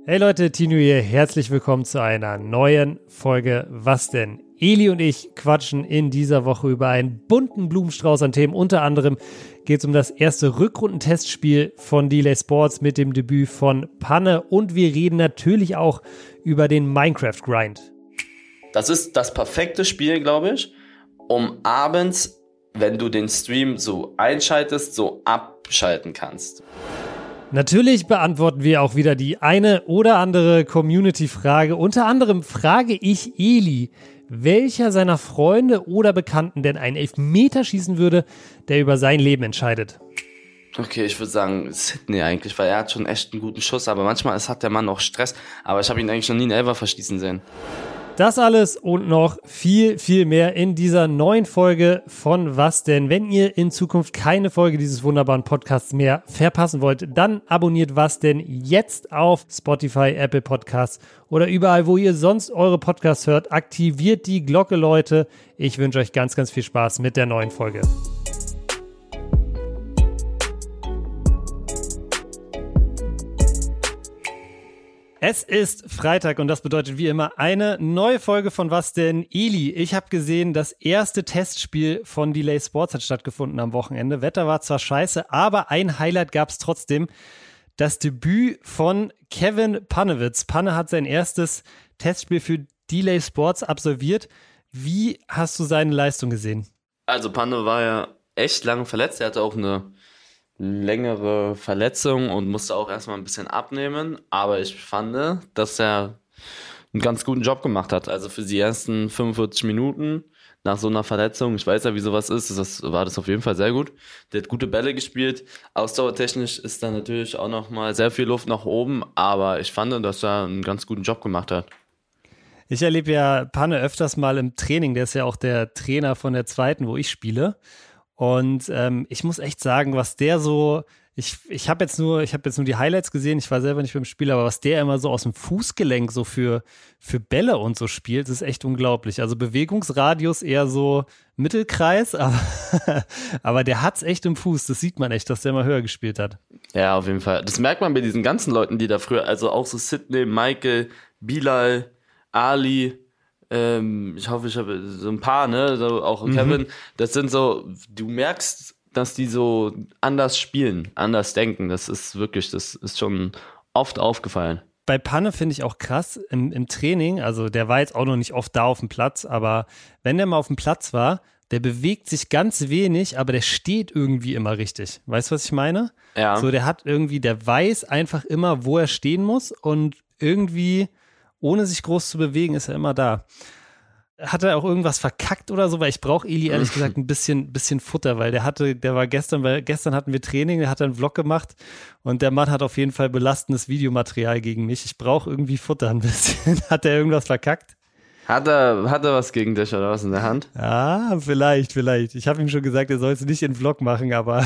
Hey Leute, Tino hier, herzlich willkommen zu einer neuen Folge Was denn? Eli und ich quatschen in dieser Woche über einen bunten Blumenstrauß an Themen. Unter anderem geht es um das erste Rückrundentestspiel von Delay Sports mit dem Debüt von Panne und wir reden natürlich auch über den Minecraft-Grind. Das ist das perfekte Spiel, glaube ich, um abends, wenn du den Stream so einschaltest, so abschalten kannst. Natürlich beantworten wir auch wieder die eine oder andere Community-Frage. Unter anderem frage ich Eli, welcher seiner Freunde oder Bekannten denn einen Elfmeter schießen würde, der über sein Leben entscheidet. Okay, ich würde sagen Sydney eigentlich, weil er hat schon echt einen guten Schuss, aber manchmal hat der Mann auch Stress. Aber ich habe ihn eigentlich noch nie einen Elfer verschießen sehen. Das alles und noch viel, viel mehr in dieser neuen Folge von Was denn? Wenn ihr in Zukunft keine Folge dieses wunderbaren Podcasts mehr verpassen wollt, dann abonniert Was denn jetzt auf Spotify, Apple Podcasts oder überall, wo ihr sonst eure Podcasts hört. Aktiviert die Glocke, Leute. Ich wünsche euch ganz, ganz viel Spaß mit der neuen Folge. Es ist Freitag und das bedeutet wie immer eine neue Folge von Was denn? Eli, ich habe gesehen, das erste Testspiel von Delay Sports hat stattgefunden am Wochenende. Wetter war zwar scheiße, aber ein Highlight gab es trotzdem. Das Debüt von Kevin Pannewitz. Panne hat sein erstes Testspiel für Delay Sports absolviert. Wie hast du seine Leistung gesehen? Also Panne war ja echt lange verletzt. Er hatte auch eine längere Verletzung und musste auch erstmal ein bisschen abnehmen, aber ich fand, dass er einen ganz guten Job gemacht hat. Also für die ersten 45 Minuten nach so einer Verletzung, ich weiß ja, wie sowas ist, war das auf jeden Fall sehr gut. Der hat gute Bälle gespielt, ausdauertechnisch ist da natürlich auch nochmal sehr viel Luft nach oben, aber ich fand, dass er einen ganz guten Job gemacht hat. Ich erlebe ja Panne öfters mal im Training, der ist ja auch der Trainer von der zweiten, wo ich spiele. Und ich muss echt sagen, was der so, ich habe jetzt nur die Highlights gesehen, ich war selber nicht beim Spiel, aber was der immer so aus dem Fußgelenk so für Bälle und so spielt, ist echt unglaublich. Also Bewegungsradius eher so Mittelkreis, aber der hat's echt im Fuß, das sieht man echt, dass der mal höher gespielt hat. Ja, auf jeden Fall. Das merkt man bei diesen ganzen Leuten, die da früher, also auch so Sydney, Michael, Bilal, Ali, ich hoffe, ich habe so ein paar, ne, so auch Kevin, das sind so, du merkst, dass die so anders spielen, anders denken, das ist schon oft aufgefallen. Bei Panne finde ich auch krass, im Training, also der war jetzt auch noch nicht oft da auf dem Platz, aber wenn der mal auf dem Platz war, der bewegt sich ganz wenig, aber der steht irgendwie immer richtig. Weißt du, was ich meine? Ja. So, der weiß einfach immer, wo er stehen muss und irgendwie ohne sich groß zu bewegen, ist er immer da. Hat er auch irgendwas verkackt oder so? Weil ich brauche Eli ehrlich gesagt ein bisschen Futter, weil gestern hatten wir Training, der hat einen Vlog gemacht und der Mann hat auf jeden Fall belastendes Videomaterial gegen mich. Ich brauche irgendwie Futter ein bisschen. Hat er irgendwas verkackt? Hat er was gegen dich oder was in der Hand? Ja, vielleicht. Ich habe ihm schon gesagt, er soll es nicht in Vlog machen, aber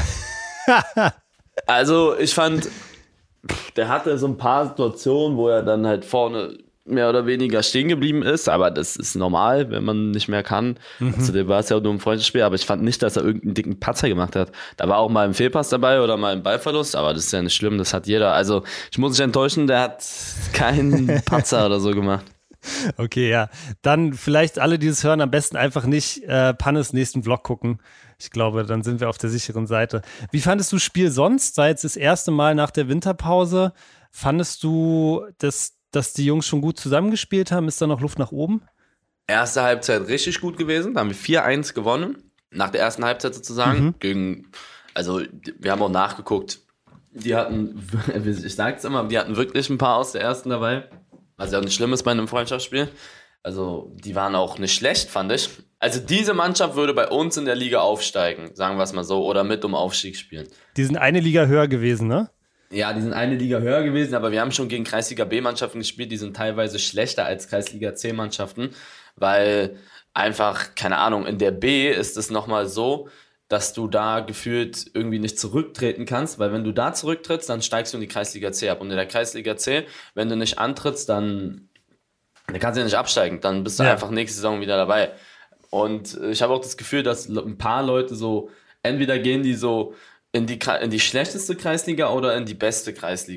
Also ich fand, der hatte so ein paar Situationen, wo er dann halt vorne mehr oder weniger stehen geblieben ist, aber das ist normal, wenn man nicht mehr kann. Also der war es ja auch nur ein Freundschaftsspiel, aber ich fand nicht, dass er irgendeinen dicken Patzer gemacht hat. Da war auch mal ein Fehlpass dabei oder mal ein Ballverlust, aber das ist ja nicht schlimm, das hat jeder. Also ich muss mich enttäuschen, der hat keinen Patzer oder so gemacht. Okay, ja. Dann vielleicht alle, die es hören, am besten einfach nicht Pannes nächsten Vlog gucken. Ich glaube, dann sind wir auf der sicheren Seite. Wie fandest du das Spiel sonst? War jetzt das erste Mal nach der Winterpause. Fandest du, dass die Jungs schon gut zusammengespielt haben? Ist da noch Luft nach oben? Erste Halbzeit richtig gut gewesen. Da haben wir 4-1 gewonnen. Nach der ersten Halbzeit sozusagen. Wir haben auch nachgeguckt. Die hatten, ich sag's immer, die hatten wirklich ein paar aus der ersten dabei. Was ja auch nicht schlimm ist bei einem Freundschaftsspiel. Also die waren auch nicht schlecht, fand ich. Also diese Mannschaft würde bei uns in der Liga aufsteigen, sagen wir es mal so, oder mit um Aufstieg spielen. Die sind eine Liga höher gewesen, ne? Ja, die sind eine Liga höher gewesen, aber wir haben schon gegen Kreisliga B-Mannschaften gespielt, die sind teilweise schlechter als Kreisliga C-Mannschaften, weil einfach, keine Ahnung, in der B ist es nochmal so, dass du da gefühlt irgendwie nicht zurücktreten kannst, weil wenn du da zurücktrittst, dann steigst du in die Kreisliga C ab. Und in der Kreisliga C, wenn du nicht antrittst, dann kannst du ja nicht absteigen, dann bist du einfach nächste Saison wieder dabei. Und ich habe auch das Gefühl, dass ein paar Leute so, entweder gehen die so in die schlechteste Kreisliga oder in die beste Kreisliga.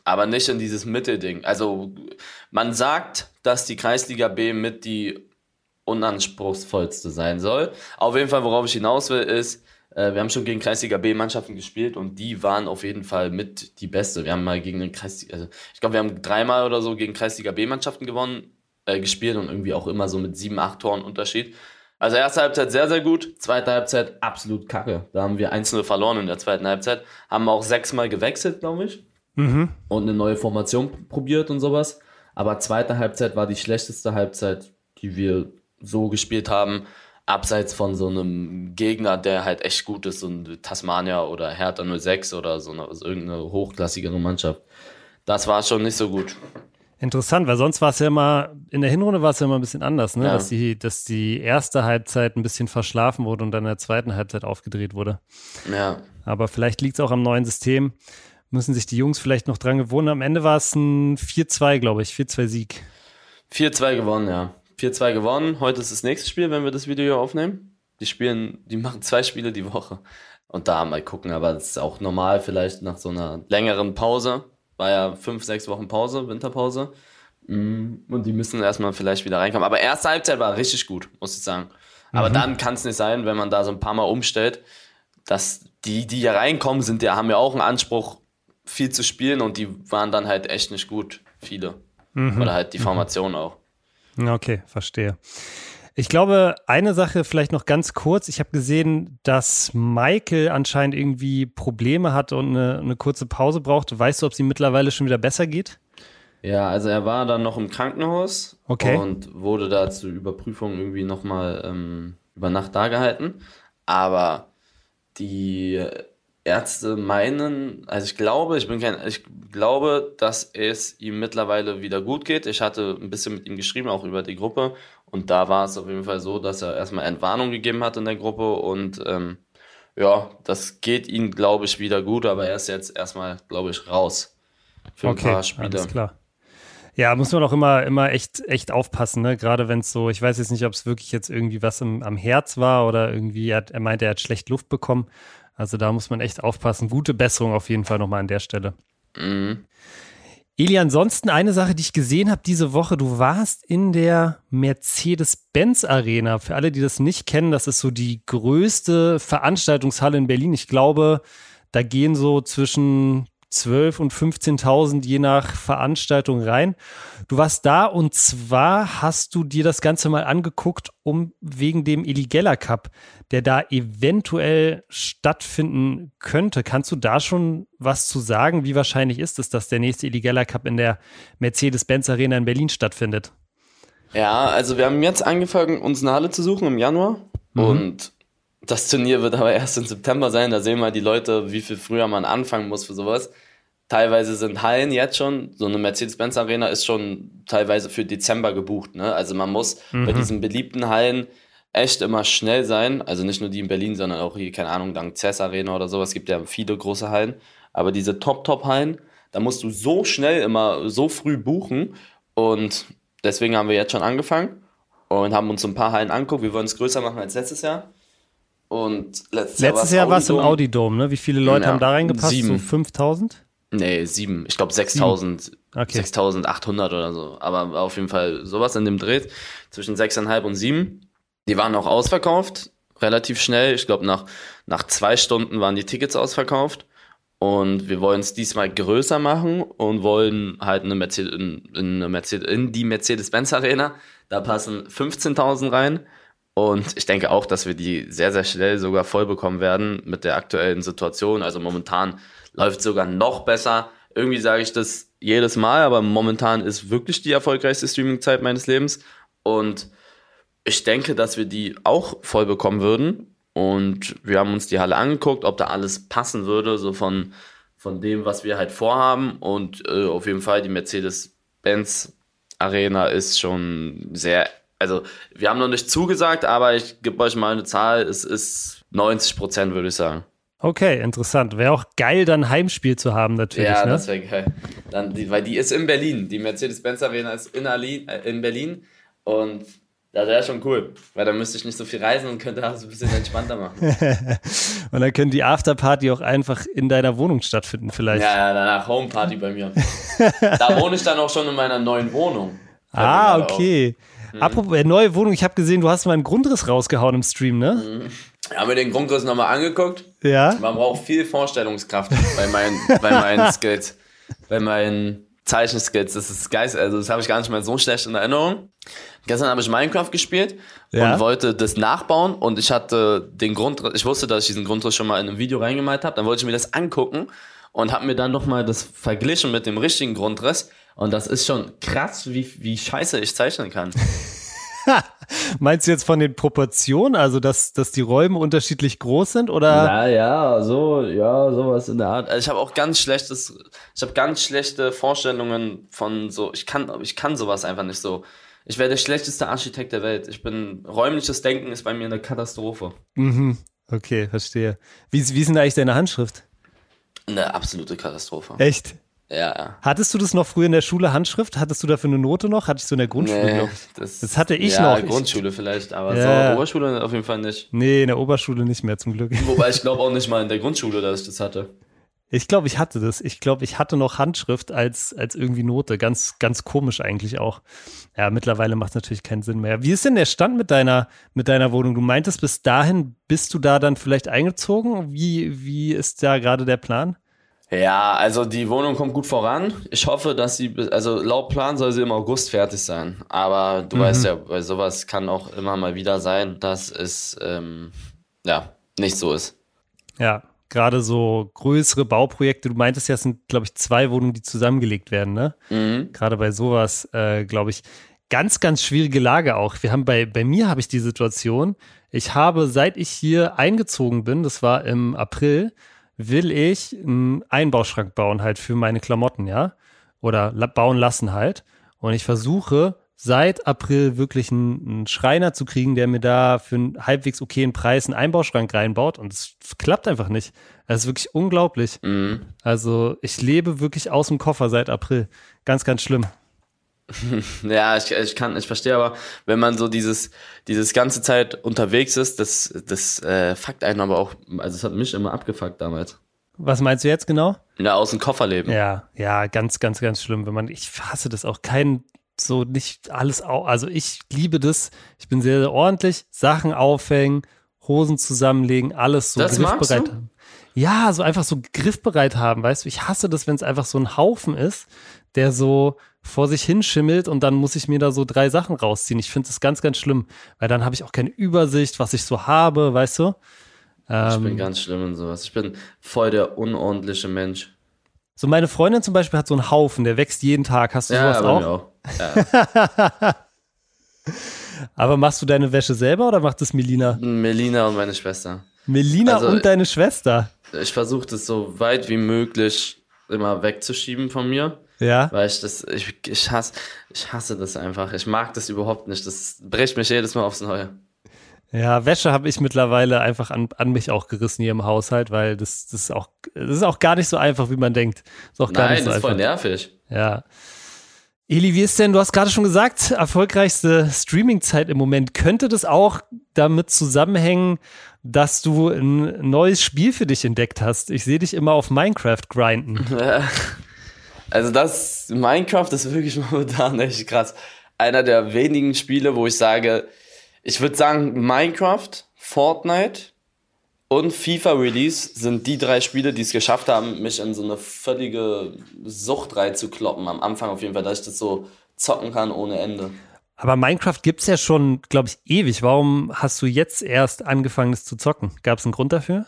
aber nicht in dieses Mittelding. Also man sagt, dass die Kreisliga B mit die unanspruchsvollste sein soll. Auf jeden Fall, worauf ich hinaus will, ist, wir haben schon gegen Kreisliga B-Mannschaften gespielt und die waren auf jeden Fall mit die beste. Wir haben mal gegen ich glaube, wir haben 3-mal oder so gegen Kreisliga B-Mannschaften gespielt und irgendwie auch immer so mit 7, 8 Toren Unterschied. Also erste Halbzeit sehr, sehr gut, zweite Halbzeit absolut kacke. Da haben wir 1-0 verloren in der zweiten Halbzeit, haben auch 6-mal gewechselt, glaube ich, und eine neue Formation probiert und sowas. Aber zweite Halbzeit war die schlechteste Halbzeit, die wir so gespielt haben, abseits von so einem Gegner, der halt echt gut ist, so ein Tasmania oder Hertha 06 oder so irgendeine hochklassigere Mannschaft. Das war schon nicht so gut. Interessant, weil sonst war es ja immer, in der Hinrunde war es ja immer ein bisschen anders, ne? Ja. Dass die erste Halbzeit ein bisschen verschlafen wurde und dann in der zweiten Halbzeit aufgedreht wurde. Ja. Aber vielleicht liegt es auch am neuen System. Müssen sich die Jungs vielleicht noch dran gewöhnen. Am Ende war es ein 4-2, glaube ich, 4-2-Sieg. 4-2 gewonnen, ja. 4-2 gewonnen. Heute ist das nächste Spiel, wenn wir das Video hier aufnehmen. Die machen 2 Spiele die Woche. Und da mal gucken, aber das ist auch normal vielleicht nach so einer längeren Pause. War ja 5, 6 Wochen Pause, Winterpause. Und die müssen erstmal vielleicht wieder reinkommen. Aber erste Halbzeit war richtig gut, muss ich sagen. Aber dann kann es nicht sein, wenn man da so ein paar Mal umstellt, dass die hier reinkommen, haben ja auch einen Anspruch, viel zu spielen und die waren dann halt echt nicht gut, viele. Oder halt die Formation auch. Okay, verstehe. Ich glaube, eine Sache vielleicht noch ganz kurz. Ich habe gesehen, dass Michael anscheinend irgendwie Probleme hat und eine kurze Pause braucht. Weißt du, ob es ihm mittlerweile schon wieder besser geht? Ja, also er war dann noch im Krankenhaus und wurde da zur Überprüfung irgendwie nochmal über Nacht da gehalten. Aber die Ärzte meinen, also ich glaube, dass es ihm mittlerweile wieder gut geht. Ich hatte ein bisschen mit ihm geschrieben, auch über die Gruppe. Und da war es auf jeden Fall so, dass er erstmal Entwarnung gegeben hat in der Gruppe. Und das geht ihm, glaube ich, wieder gut. Aber er ist jetzt erstmal, glaube ich, raus für ein paar Spiele. Alles klar. Ja, muss man auch immer echt aufpassen, ne? Gerade wenn es so, ich weiß jetzt nicht, ob es wirklich jetzt irgendwie was am Herz war oder irgendwie, er meinte, er hat schlecht Luft bekommen. Also da muss man echt aufpassen. Gute Besserung auf jeden Fall nochmal an der Stelle. Eli, ansonsten eine Sache, die ich gesehen habe diese Woche, du warst in der Mercedes-Benz Arena. Für alle, die das nicht kennen, das ist so die größte Veranstaltungshalle in Berlin. Ich glaube, da gehen so zwischen 12.000 und 15.000 je nach Veranstaltung rein. Du warst da und zwar hast du dir das Ganze mal angeguckt, wegen dem Eligella Cup, der da eventuell stattfinden könnte. Kannst du da schon was zu sagen? Wie wahrscheinlich ist es, dass der nächste Eligella Cup in der Mercedes-Benz Arena in Berlin stattfindet? Ja, also wir haben jetzt angefangen, uns eine Halle zu suchen im Januar und das Turnier wird aber erst im September sein. Da sehen wir die Leute, wie viel früher man anfangen muss für sowas. Teilweise sind Hallen jetzt schon, so eine Mercedes-Benz-Arena ist schon teilweise für Dezember gebucht. Ne? Also man muss bei diesen beliebten Hallen echt immer schnell sein. Also nicht nur die in Berlin, sondern auch hier, keine Ahnung, Lanxess Arena oder sowas. Es gibt ja viele große Hallen. Aber diese Top-Hallen, da musst du so schnell immer so früh buchen. Und deswegen haben wir jetzt schon angefangen und haben uns ein paar Hallen angeguckt. Wir wollen es größer machen als letztes Jahr. Und letztes Jahr war es im Audi-Dome, ne? Wie viele Leute haben da reingepasst? 7. So 5.000? Nee, 7. Ich glaube 6.000, okay. 6.800 oder so. Aber auf jeden Fall sowas in dem Dreh. Zwischen 6.500 und 7. Die waren auch ausverkauft, relativ schnell. Ich glaube, nach 2 Stunden waren die Tickets ausverkauft. Und wir wollen es diesmal größer machen und wollen halt in die Mercedes-Benz Arena. Da passen 15.000 rein. Und ich denke auch, dass wir die sehr, sehr schnell sogar voll bekommen werden mit der aktuellen Situation. Also momentan läuft es sogar noch besser. Irgendwie sage ich das jedes Mal, aber momentan ist wirklich die erfolgreichste Streaming-Zeit meines Lebens. Und ich denke, dass wir die auch voll bekommen würden. Und wir haben uns die Halle angeguckt, ob da alles passen würde, so von dem, was wir halt vorhaben. Und auf jeden Fall die Mercedes-Benz Arena ist schon sehr... Also, wir haben noch nicht zugesagt, aber ich gebe euch mal eine Zahl. Es ist 90%, würde ich sagen. Okay, interessant. Wäre auch geil, dann ein Heimspiel zu haben, natürlich. Ja, ne? Das wäre geil. Weil die ist in Berlin. Die Mercedes-Benz Arena ist in Berlin. Und Das wäre schon cool, weil dann müsste ich nicht so viel reisen und könnte das ein bisschen entspannter machen. Und dann können die Afterparty auch einfach in deiner Wohnung stattfinden vielleicht. Ja, danach Homeparty bei mir. Da wohne ich dann auch schon in meiner neuen Wohnung. Okay. Apropos neue Wohnung, ich habe gesehen, du hast mal einen Grundriss rausgehauen im Stream, ne? Ich habe mir den Grundriss nochmal angeguckt. Ja. Man braucht viel Vorstellungskraft bei meinen Skills, bei meinen Zeichenskills. Das ist geil, also das habe ich gar nicht mal so schlecht in Erinnerung. Gestern habe ich Minecraft gespielt und wollte das nachbauen und ich hatte den Grundriss, ich wusste, dass ich diesen Grundriss schon mal in einem Video reingemalt habe, dann wollte ich mir das angucken und habe mir dann nochmal das verglichen mit dem richtigen Grundriss und das ist schon krass, wie scheiße ich zeichnen kann. Meinst du jetzt von den Proportionen, also dass die Räume unterschiedlich groß sind, oder? Sowas in der Art. Also ich habe auch ganz schlechte Vorstellungen von so, ich kann sowas einfach nicht so. Ich wäre der schlechteste Architekt der Welt. Räumliches Denken ist bei mir eine Katastrophe. Mhm. Okay, verstehe. Wie ist denn eigentlich deine Handschrift? Eine absolute Katastrophe. Echt? Ja. Hattest du das noch früher in der Schule, Handschrift? Hattest du dafür eine Note noch? Hattest du in der Grundschule noch? Das hatte ich noch. Ja, Grundschule vielleicht, aber so Oberschule auf jeden Fall nicht. Nee, in der Oberschule nicht mehr zum Glück. Wobei ich glaube auch nicht mal in der Grundschule, dass ich das hatte. Ich glaube, ich hatte das. Ich glaube, ich hatte noch Handschrift als irgendwie Note. Ganz, ganz komisch eigentlich auch. Ja, mittlerweile macht es natürlich keinen Sinn mehr. Wie ist denn der Stand mit deiner Wohnung? Du meintest, bis dahin bist du da dann vielleicht eingezogen. Wie ist da gerade der Plan? Ja, also die Wohnung kommt gut voran. Ich hoffe, dass also laut Plan soll sie im August fertig sein. Aber du weißt ja, bei sowas kann auch immer mal wieder sein, dass es nicht so ist. Ja, gerade so größere Bauprojekte. Du meintest ja, es sind, glaube ich, 2 Wohnungen, die zusammengelegt werden, ne? Gerade bei sowas, glaube ich, ganz, ganz schwierige Lage auch. Bei mir habe ich die Situation, ich habe, seit ich hier eingezogen bin, das war im April, will ich einen Einbauschrank bauen halt für meine Klamotten, ja? Oder bauen lassen halt. Und ich versuche seit April wirklich einen Schreiner zu kriegen, der mir da für einen halbwegs okayen Preis einen Einbauschrank reinbaut. Und es klappt einfach nicht. Das ist wirklich unglaublich. Also ich lebe wirklich aus dem Koffer seit April. Ganz, ganz schlimm. Ja, ich verstehe aber, wenn man so dieses ganze Zeit unterwegs ist, das fuckt einen aber auch, also es hat mich immer abgefuckt damals. Was meinst du jetzt genau? Ja, aus dem Koffer leben. Ja, ganz, ganz, ganz schlimm. Ich hasse das auch, nicht alles, also ich liebe das, ich bin sehr, sehr ordentlich, Sachen aufhängen, Hosen zusammenlegen, alles so das griffbereit haben. Ja, so einfach so griffbereit haben, weißt du, ich hasse das, wenn es einfach so ein Haufen ist, der so vor sich hinschimmelt und dann muss ich mir da so 3 Sachen rausziehen. Ich finde das ganz, ganz schlimm, weil dann habe ich auch keine Übersicht, was ich so habe, weißt du? Ich bin ganz schlimm in sowas. Ich bin voll der unordentliche Mensch. So meine Freundin zum Beispiel hat so einen Haufen, der wächst jeden Tag. Hast du sowas bei auch? mir auch. Ja. Aber machst du deine Wäsche selber oder macht das Melina? Melina und meine Schwester. Melina und deine Schwester? Ich versuche das so weit wie möglich immer wegzuschieben von mir. Ja. Weil ich hasse das einfach. Ich mag das überhaupt nicht. Das bricht mich jedes Mal aufs Neue. Ja, Wäsche habe ich mittlerweile einfach an mich auch gerissen hier im Haushalt, weil das ist auch gar nicht so einfach, wie man denkt. Nein, das ist voll nervig. Ja. Eli, wie ist denn, du hast gerade schon gesagt, erfolgreichste Streaming-Zeit im Moment. Könnte das auch damit zusammenhängen, dass du ein neues Spiel für dich entdeckt hast? Ich sehe dich immer auf Minecraft grinden. Also Minecraft ist wirklich momentan echt krass. Einer der wenigen Spiele, wo ich würde sagen, Minecraft, Fortnite und FIFA Release sind die 3 Spiele, die es geschafft haben, mich in so eine völlige Sucht reinzukloppen. Am Anfang auf jeden Fall, dass ich das so zocken kann ohne Ende. Aber Minecraft gibt's ja schon, glaube ich, ewig. Warum hast du jetzt erst angefangen, das zu zocken? Gab es einen Grund dafür?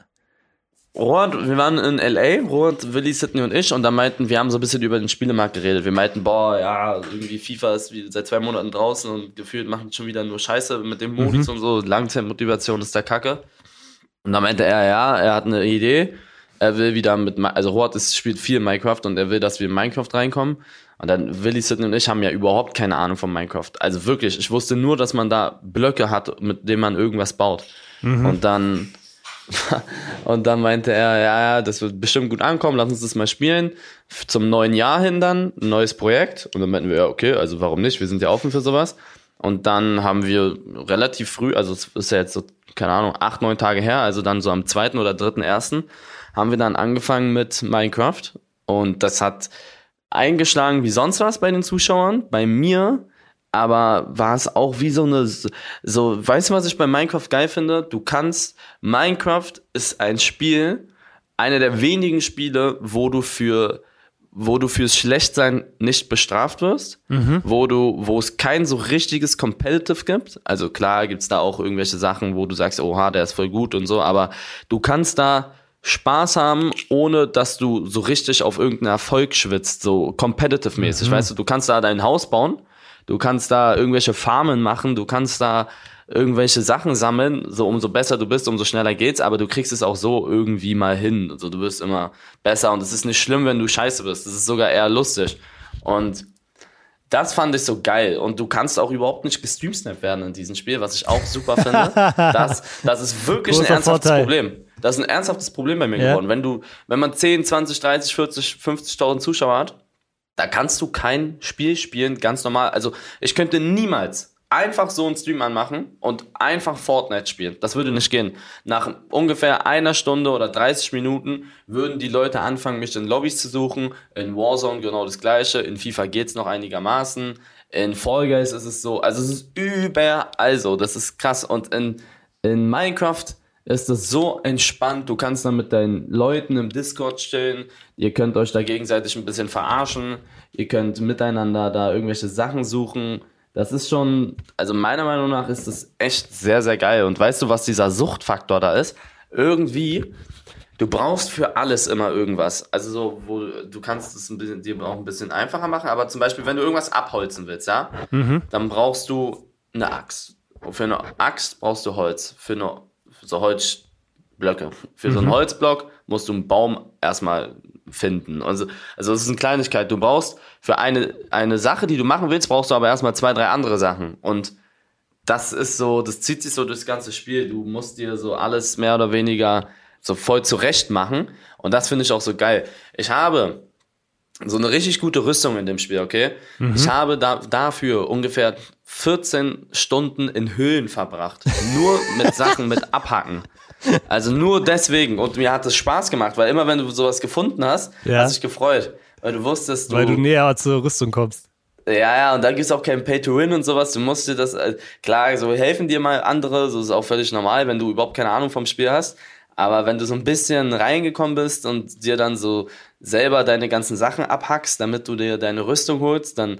Wir waren in L.A., Robert, Willi, Sydney und ich, und da wir haben so ein bisschen über den Spielemarkt geredet. Wir meinten, irgendwie FIFA ist seit 2 Monaten draußen und gefühlt machen schon wieder nur Scheiße mit dem Modus und so. Langzeitmotivation ist da Kacke. Und da meinte er hat eine Idee. Er will wieder Robert spielt viel Minecraft und er will, dass wir in Minecraft reinkommen. Und dann Willi, Sydney und ich haben ja überhaupt keine Ahnung von Minecraft. Also wirklich, ich wusste nur, dass man da Blöcke hat, mit denen man irgendwas baut. Und dann meinte er, ja, das wird bestimmt gut ankommen, lass uns das mal spielen. Zum neuen Jahr hin dann, ein neues Projekt. Und dann meinten wir, ja, okay, also warum nicht? Wir sind ja offen für sowas. Und dann haben wir relativ früh, also es ist ja jetzt so, keine Ahnung, 8, 9 Tage her, also dann so am 2. oder 3.1. haben wir dann angefangen mit Minecraft. Und das hat eingeschlagen wie sonst was bei den Zuschauern, bei mir. Aber war es auch wie so weißt du, was ich bei Minecraft geil finde? Minecraft ist ein Spiel, eine der wenigen Spiele, wo du fürs Schlechtsein nicht bestraft wirst, wo es kein so richtiges Competitive gibt. Also klar gibt's da auch irgendwelche Sachen, wo du sagst, oha, der ist voll gut und so, aber du kannst da Spaß haben, ohne dass du so richtig auf irgendeinen Erfolg schwitzt, so competitive-mäßig, weißt du, du kannst da dein Haus bauen, du kannst da irgendwelche Farmen machen, du kannst da irgendwelche Sachen sammeln, so umso besser du bist, umso schneller geht's, aber du kriegst es auch so irgendwie mal hin, also du wirst immer besser und es ist nicht schlimm, wenn du scheiße bist, es ist sogar eher lustig und das fand ich so geil und du kannst auch überhaupt nicht gestreamsnappt werden in diesem Spiel, was ich auch super finde. Das ist wirklich großer ein ernsthaftes Vorteil. Problem. Das ist ein ernsthaftes Problem bei mir geworden. Wenn man 10, 20, 30, 40, 50.000 Zuschauer hat, da kannst du kein Spiel spielen, ganz normal. Also ich könnte niemals einfach so einen Stream anmachen und einfach Fortnite spielen. Das würde nicht gehen. Nach ungefähr 1 Stunde oder 30 Minuten würden die Leute anfangen, mich in Lobbys zu suchen. In Warzone genau das Gleiche. In FIFA geht's noch einigermaßen. In Fall Guys ist es so. Also es ist überall so. Das ist krass. Und in Minecraft ist das so entspannt. Du kannst dann mit deinen Leuten im Discord chillen. Ihr könnt euch da gegenseitig ein bisschen verarschen. Ihr könnt miteinander da irgendwelche Sachen suchen. Das ist schon, also meiner Meinung nach ist das echt sehr, sehr geil. Und weißt du, was dieser Suchtfaktor da ist? Irgendwie, du brauchst für alles immer irgendwas. Also so, wo du kannst es dir auch ein bisschen einfacher machen. Aber zum Beispiel, wenn du irgendwas abholzen willst, ja, dann brauchst du eine Axt. Und für eine Axt brauchst du Holz. So Holzblöcke. Für so einen Holzblock musst du einen Baum erstmal finden. Also es ist eine Kleinigkeit. Du brauchst für eine Sache, die du machen willst, brauchst du aber erstmal 2, 3 andere Sachen. Und das zieht sich so durchs ganze Spiel. Du musst dir so alles mehr oder weniger so voll zurecht machen. Und das finde ich auch so geil. Ich habe so eine richtig gute Rüstung in dem Spiel, okay? Ich habe dafür ungefähr 14 Stunden in Höhlen verbracht. Nur mit Sachen mit Abhacken. Also nur deswegen. Und mir hat es Spaß gemacht, weil immer wenn du sowas gefunden hast, hast dich gefreut. Weil du wusstest, weil du näher zur Rüstung kommst. Ja, und da gibt's auch kein Pay-to-Win und sowas. Du musst dir das, klar, so helfen dir mal andere, so ist auch völlig normal, wenn du überhaupt keine Ahnung vom Spiel hast. Aber wenn du so ein bisschen reingekommen bist und dir dann so selber deine ganzen Sachen abhackst, damit du dir deine Rüstung holst, dann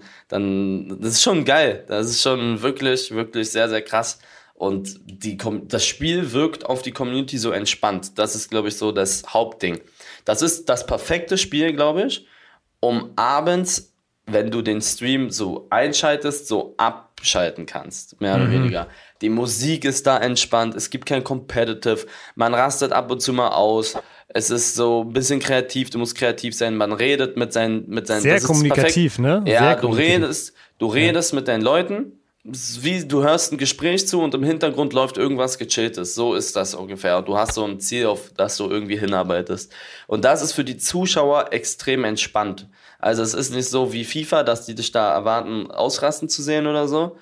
das ist schon geil. Das ist schon wirklich, wirklich sehr, sehr krass. Und das Spiel wirkt auf die Community so entspannt. Das ist, glaube ich, so das Hauptding. Das ist das perfekte Spiel, glaube ich, um abends, wenn du den Stream so einschaltest, so abschalten kannst, mehr oder weniger. Die Musik ist da entspannt, es gibt kein Competitive, man rastet ab und zu mal aus, es ist so ein bisschen kreativ, du musst kreativ sein, man redet mit seinen sehr kommunikativ, ne? Ja, sehr du redest mit deinen Leuten, wie du hörst ein Gespräch zu und im Hintergrund läuft irgendwas Gechilltes. So ist das ungefähr. Du hast so ein Ziel, auf das du irgendwie hinarbeitest. Und das ist für die Zuschauer extrem entspannt. Also es ist nicht so wie FIFA, dass die dich da erwarten, ausrasten zu sehen oder so.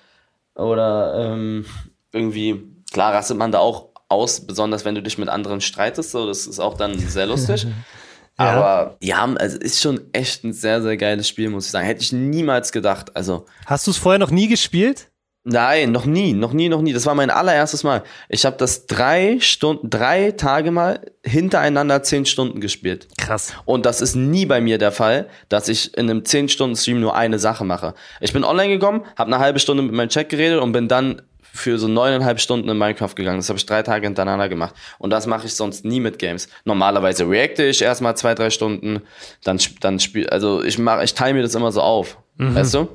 Oder irgendwie, klar rastet man da auch aus, besonders wenn du dich mit anderen streitest. So, das ist auch dann sehr lustig. Ja. Aber ja, also ist schon echt ein sehr, sehr geiles Spiel, muss ich sagen. Hätte ich niemals gedacht. Also, hast du es vorher noch nie gespielt? Nein, noch nie. Das war mein allererstes Mal. Ich habe das 3 Tage mal hintereinander 10 Stunden gespielt. Krass. Und das ist nie bei mir der Fall, dass ich in einem 10-Stunden-Stream nur eine Sache mache. Ich bin online gekommen, habe eine halbe Stunde mit meinem Chat geredet und bin dann für so 9,5 Stunden in Minecraft gegangen. Das habe ich 3 Tage hintereinander gemacht. Und das mache ich sonst nie mit Games. Normalerweise reacte ich erstmal 2, 3 Stunden, dann spiele, also ich teile mir das immer so auf. Weißt du?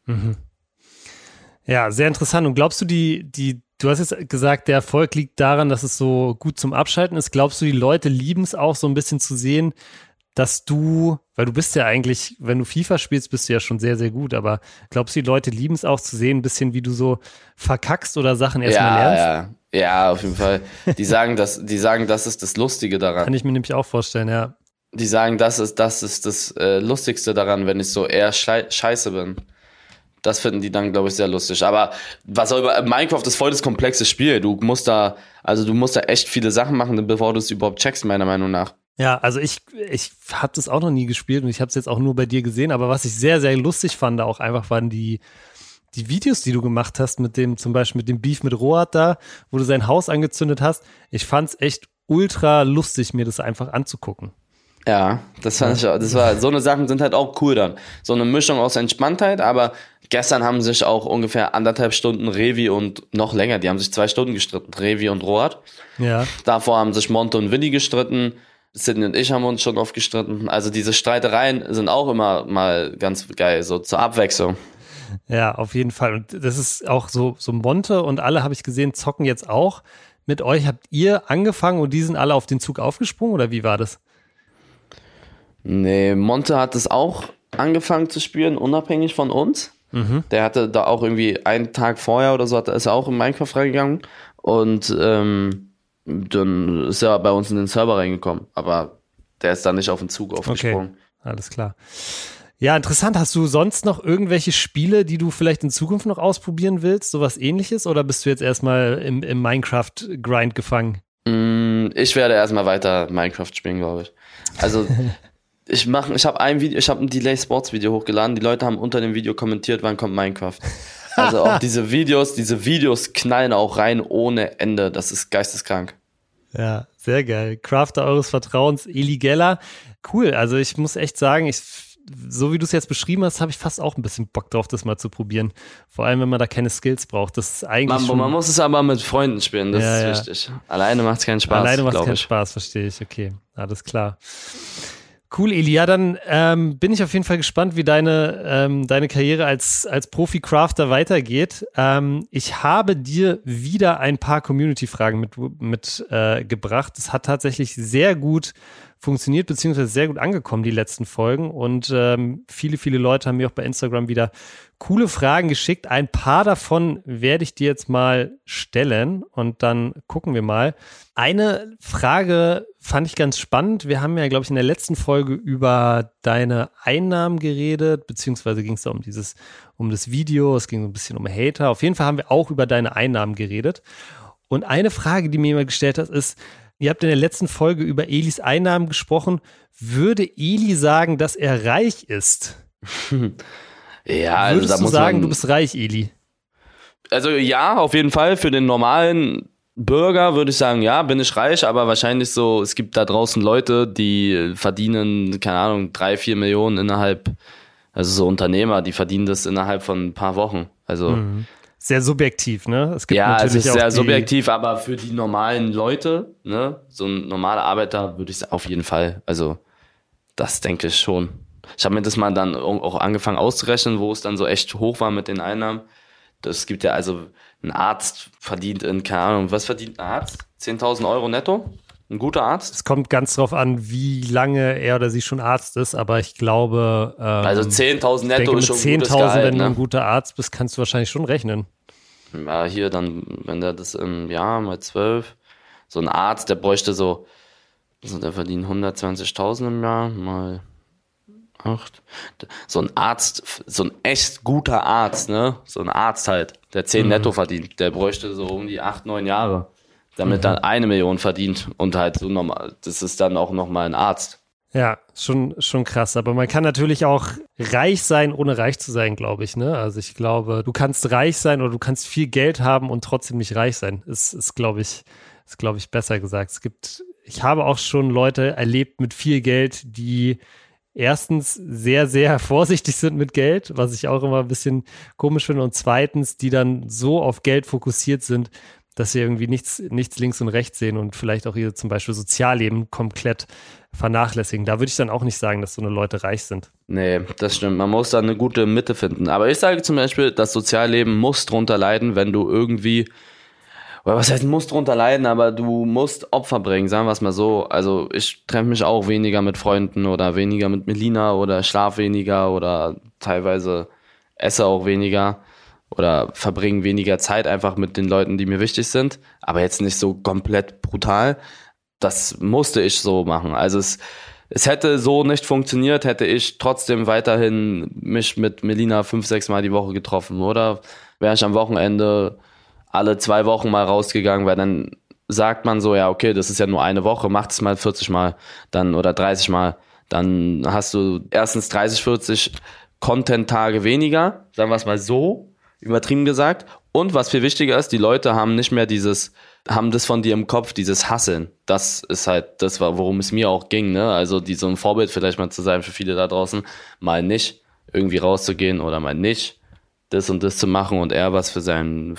Ja, sehr interessant. Und glaubst du, du hast jetzt gesagt, der Erfolg liegt daran, dass es so gut zum Abschalten ist. Glaubst du, die Leute lieben es auch so ein bisschen zu sehen, dass weil du bist ja eigentlich, wenn du FIFA spielst, bist du ja schon sehr, sehr gut, aber glaubst du, die Leute lieben es auch zu sehen, ein bisschen wie du so verkackst oder Sachen erstmal lernst? Ja, auf jeden Fall. Die sagen, das ist das Lustige daran. Kann ich mir nämlich auch vorstellen, ja. Die sagen, das ist das Lustigste daran, wenn ich so eher scheiße bin. Das finden die dann, glaube ich, sehr lustig. Aber Minecraft ist voll das komplexe Spiel. Du musst da echt viele Sachen machen, bevor du es überhaupt checkst, meiner Meinung nach. Ja, also ich habe das auch noch nie gespielt und ich habe es jetzt auch nur bei dir gesehen, aber was ich sehr, sehr lustig fand auch einfach waren die Videos, die du gemacht hast zum Beispiel mit dem Beef mit Roat da, wo du sein Haus angezündet hast. Ich fand's echt ultra lustig, mir das einfach anzugucken. Ja, das fand ich auch. So eine Sachen sind halt auch cool dann. So eine Mischung aus Entspanntheit, aber gestern haben sich auch ungefähr 1,5 Stunden Revi und noch länger, die haben sich 2 Stunden gestritten, Revi und Roat. Ja. Davor haben sich Monte und Willi gestritten. Sidney und ich haben uns schon oft gestritten. Also diese Streitereien sind auch immer mal ganz geil, so zur Abwechslung. Ja, auf jeden Fall. Und das ist auch so Monte und alle, habe ich gesehen, zocken jetzt auch mit euch. Habt ihr angefangen und die sind alle auf den Zug aufgesprungen oder wie war das? Nee, Monte hat es auch angefangen zu spielen, unabhängig von uns. Mhm. Der hatte da auch irgendwie einen Tag vorher oder so, ist er auch in Minecraft reingegangen und dann ist er bei uns in den Server reingekommen. Aber der ist dann nicht auf den Zug aufgesprungen. Okay, alles klar. Ja, interessant. Hast du sonst noch irgendwelche Spiele, die du vielleicht in Zukunft noch ausprobieren willst? Sowas Ähnliches? Oder bist du jetzt erstmal im Minecraft-Grind gefangen? Ich werde erstmal weiter Minecraft spielen, glaube ich. Also ich habe ein Delay Sports Video hochgeladen. Die Leute haben unter dem Video kommentiert, wann kommt Minecraft. Also auch diese Videos knallen auch rein ohne Ende. Das ist geisteskrank. Ja, sehr geil. Crafter eures Vertrauens, Eli Geller. Cool. Also ich muss echt sagen, so wie du es jetzt beschrieben hast, habe ich fast auch ein bisschen Bock drauf, das mal zu probieren. Vor allem, wenn man da keine Skills braucht. Das ist eigentlich man muss es aber mit Freunden spielen, das ist wichtig. Alleine macht es keinen Spaß. Alleine macht es keinen Spaß, verstehe ich. Okay, alles klar. Cool, Eli. Ja, dann bin ich auf jeden Fall gespannt, wie deine Karriere als Profi-Crafter weitergeht. Ich habe dir wieder ein paar Community-Fragen mitgebracht. Es hat tatsächlich sehr gut funktioniert, beziehungsweise sehr gut angekommen, die letzten Folgen. Und viele, viele Leute haben mir auch bei Instagram wieder coole Fragen geschickt. Ein paar davon werde ich dir jetzt mal stellen und dann gucken wir mal. Eine Frage fand ich ganz spannend. Wir haben ja, glaube ich, in der letzten Folge über deine Einnahmen geredet, beziehungsweise ging es da um das Video, es ging so ein bisschen um Hater. Auf jeden Fall haben wir auch über deine Einnahmen geredet. Und eine Frage, die mir jemand gestellt hat, ist, ihr habt in der letzten Folge über Elis Einnahmen gesprochen. Würde Eli sagen, dass er reich ist? Ja, also würdest du sagen, du bist reich, Eli? Also ja, auf jeden Fall. Für den normalen Bürger würde ich sagen, ja, bin ich reich, aber wahrscheinlich so, es gibt da draußen Leute, die verdienen, keine Ahnung, 3-4 Millionen also so Unternehmer, die verdienen das innerhalb von ein paar Wochen. Also sehr subjektiv, ne? Es ist sehr subjektiv, aber für die normalen Leute, ne, so ein normaler Arbeiter würde ich sagen, auf jeden Fall. Also das denke ich schon. Ich habe mir das mal dann auch angefangen auszurechnen, wo es dann so echt hoch war mit den Einnahmen. Das gibt ja also, ein Arzt verdient keine Ahnung, was verdient ein Arzt? 10.000 Euro netto? Ein guter Arzt? Es kommt ganz drauf an, wie lange er oder sie schon Arzt ist, aber ich glaube, also 10.000 netto ist schon ein gutes 10.000, Gehalt, wenn du ein guter Arzt bist, kannst du wahrscheinlich schon rechnen. Ja, hier dann, wenn der das im Jahr mal 12, so ein Arzt, der bräuchte der verdient 120.000 im Jahr mal 8. So ein Arzt, so ein echt guter Arzt, ne? So ein Arzt halt, der 10 netto verdient, der bräuchte so um die 8-9 Jahre, damit dann 1 Million verdient und halt so normal, das ist dann auch nochmal ein Arzt. Ja, schon krass. Aber man kann natürlich auch reich sein, ohne reich zu sein, glaube ich, ne? Also ich glaube, du kannst reich sein oder du kannst viel Geld haben und trotzdem nicht reich sein. Ist glaube ich, besser gesagt. Ich habe auch schon Leute erlebt mit viel Geld, die erstens sehr, sehr vorsichtig sind mit Geld, was ich auch immer ein bisschen komisch finde, und zweitens, die dann so auf Geld fokussiert sind, dass sie irgendwie nichts links und rechts sehen und vielleicht auch ihr zum Beispiel Sozialleben komplett vernachlässigen. Da würde ich dann auch nicht sagen, dass so eine Leute reich sind. Nee, das stimmt. Man muss da eine gute Mitte finden. Aber ich sage zum Beispiel, das Sozialleben muss drunter leiden, wenn du irgendwie, oder was heißt, muss drunter leiden, aber du musst Opfer bringen, sagen wir es mal so. Also ich treffe mich auch weniger mit Freunden oder weniger mit Melina oder schlaf weniger oder teilweise esse auch weniger oder verbringe weniger Zeit einfach mit den Leuten, die mir wichtig sind, aber jetzt nicht so komplett brutal. Das musste ich so machen. Also es hätte so nicht funktioniert, hätte ich trotzdem weiterhin mich mit Melina 5-6 Mal die Woche getroffen. Oder wäre ich am Wochenende alle 2 Wochen mal rausgegangen, weil dann sagt man so, ja, okay, das ist ja nur eine Woche, mach das mal 40 Mal dann oder 30 Mal. Dann hast du erstens 30, 40 Content-Tage weniger, sagen wir es mal so, übertrieben gesagt. Und was viel wichtiger ist, die Leute haben nicht mehr haben das von dir im Kopf, dieses Hasseln. Das ist halt das, worum es mir auch ging, ne? Also so ein Vorbild vielleicht mal zu sein für viele da draußen, mal nicht irgendwie rauszugehen oder mal nicht das und das zu machen und eher was für sein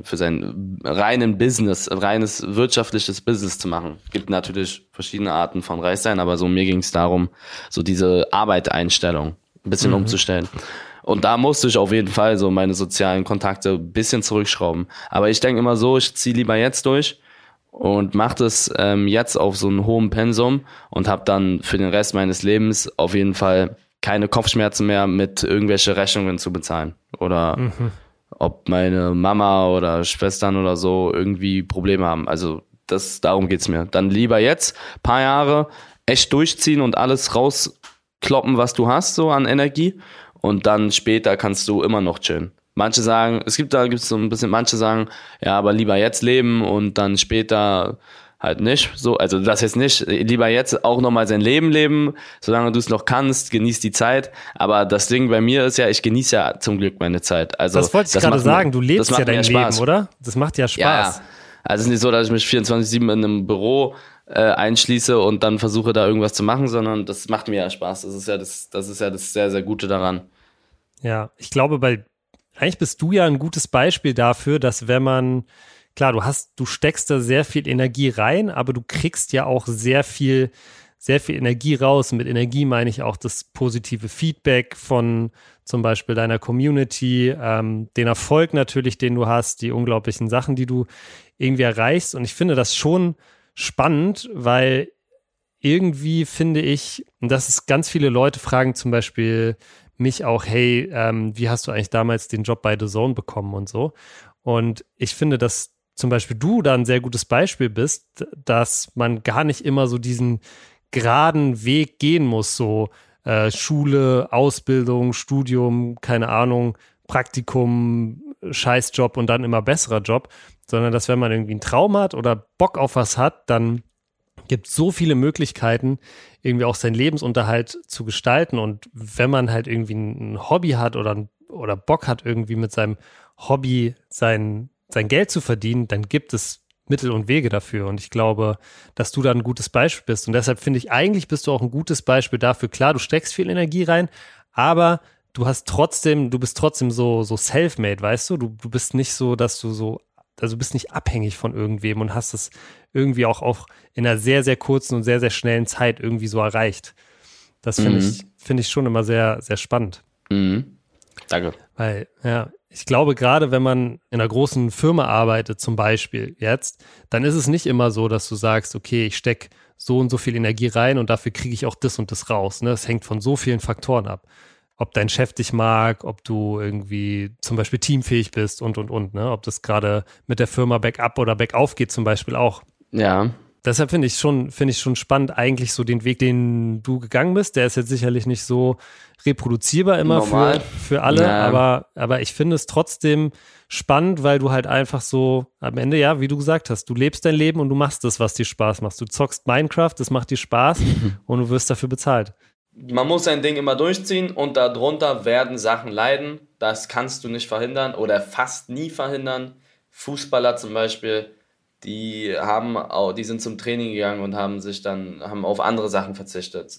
reinen Business, reines wirtschaftliches Business zu machen. Gibt natürlich verschiedene Arten von Reich sein, aber so mir ging es darum, so diese Arbeitseinstellung ein bisschen umzustellen. Und da musste ich auf jeden Fall so meine sozialen Kontakte ein bisschen zurückschrauben. Aber ich denke immer so, ich ziehe lieber jetzt durch und mache das jetzt auf so einem hohen Pensum und habe dann für den Rest meines Lebens auf jeden Fall keine Kopfschmerzen mehr mit irgendwelche Rechnungen zu bezahlen. Oder ob meine Mama oder Schwestern oder so irgendwie Probleme haben. Also darum geht's mir. Dann lieber jetzt paar Jahre echt durchziehen und alles rauskloppen, was du hast, so an Energie. Und dann später kannst du immer noch chillen. Manche sagen, gibt's so ein bisschen, manche sagen, ja, aber lieber jetzt leben und dann später halt nicht. So, also das jetzt nicht, lieber jetzt auch nochmal sein Leben leben, solange du es noch kannst, genieß die Zeit. Aber das Ding bei mir ist ja, ich genieße ja zum Glück meine Zeit. Also das wollte ich gerade sagen, du lebst ja dein Leben, oder? Das macht ja Spaß. Ja, also es ist nicht so, dass ich mich 24/7 in einem Büro einschließe und dann versuche da irgendwas zu machen, sondern das macht mir ja Spaß. Das ist ja das sehr, sehr Gute daran. Ja, ich glaube, eigentlich bist du ja ein gutes Beispiel dafür, dass wenn man, klar, du steckst da sehr viel Energie rein, aber du kriegst ja auch sehr viel Energie raus. Und mit Energie meine ich auch das positive Feedback von zum Beispiel deiner Community, den Erfolg natürlich, den du hast, die unglaublichen Sachen, die du irgendwie erreichst. Und ich finde das schon spannend, weil irgendwie finde ich, und das ist ganz viele Leute fragen zum Beispiel mich auch, hey, wie hast du eigentlich damals den Job bei The Zone bekommen und so. Und ich finde, dass zum Beispiel du da ein sehr gutes Beispiel bist, dass man gar nicht immer so diesen geraden Weg gehen muss, so Schule, Ausbildung, Studium, keine Ahnung, Praktikum, Scheißjob und dann immer besserer Job, sondern dass wenn man irgendwie einen Traum hat oder Bock auf was hat, dann gibt es so viele Möglichkeiten, irgendwie auch seinen Lebensunterhalt zu gestalten. Und wenn man halt irgendwie ein Hobby hat oder Bock hat, irgendwie mit seinem Hobby sein Geld zu verdienen, dann gibt es Mittel und Wege dafür. Und ich glaube, dass du da ein gutes Beispiel bist. Und deshalb finde ich, eigentlich bist du auch ein gutes Beispiel dafür. Klar, du steckst viel Energie rein, aber du bist trotzdem so self-made, weißt du? Du bist nicht so, dass du bist nicht abhängig von irgendwem und hast es irgendwie auch in einer sehr, sehr kurzen und sehr, sehr schnellen Zeit irgendwie so erreicht. Das finde ich schon immer sehr, sehr spannend. Mhm. Danke. Weil, ja, ich glaube, gerade wenn man in einer großen Firma arbeitet, zum Beispiel jetzt, dann ist es nicht immer so, dass du sagst, okay, ich stecke so und so viel Energie rein und dafür kriege ich auch das und das raus. Ne? Das hängt von so vielen Faktoren ab. Ob dein Chef dich mag, ob du irgendwie zum Beispiel teamfähig bist und, ne? Ob das gerade mit der Firma bergab oder bergauf geht zum Beispiel auch. Ja. Deshalb finde ich schon spannend eigentlich so den Weg, den du gegangen bist. Der ist jetzt sicherlich nicht so reproduzierbar immer für alle, ja. aber ich finde es trotzdem spannend, weil du halt einfach so am Ende, ja, wie du gesagt hast, du lebst dein Leben und du machst das, was dir Spaß macht. Du zockst Minecraft, das macht dir Spaß und du wirst dafür bezahlt. Man muss sein Ding immer durchziehen und darunter werden Sachen leiden. Das kannst du nicht verhindern oder fast nie verhindern. Fußballer zum Beispiel, die sind zum Training gegangen und haben auf andere Sachen verzichtet.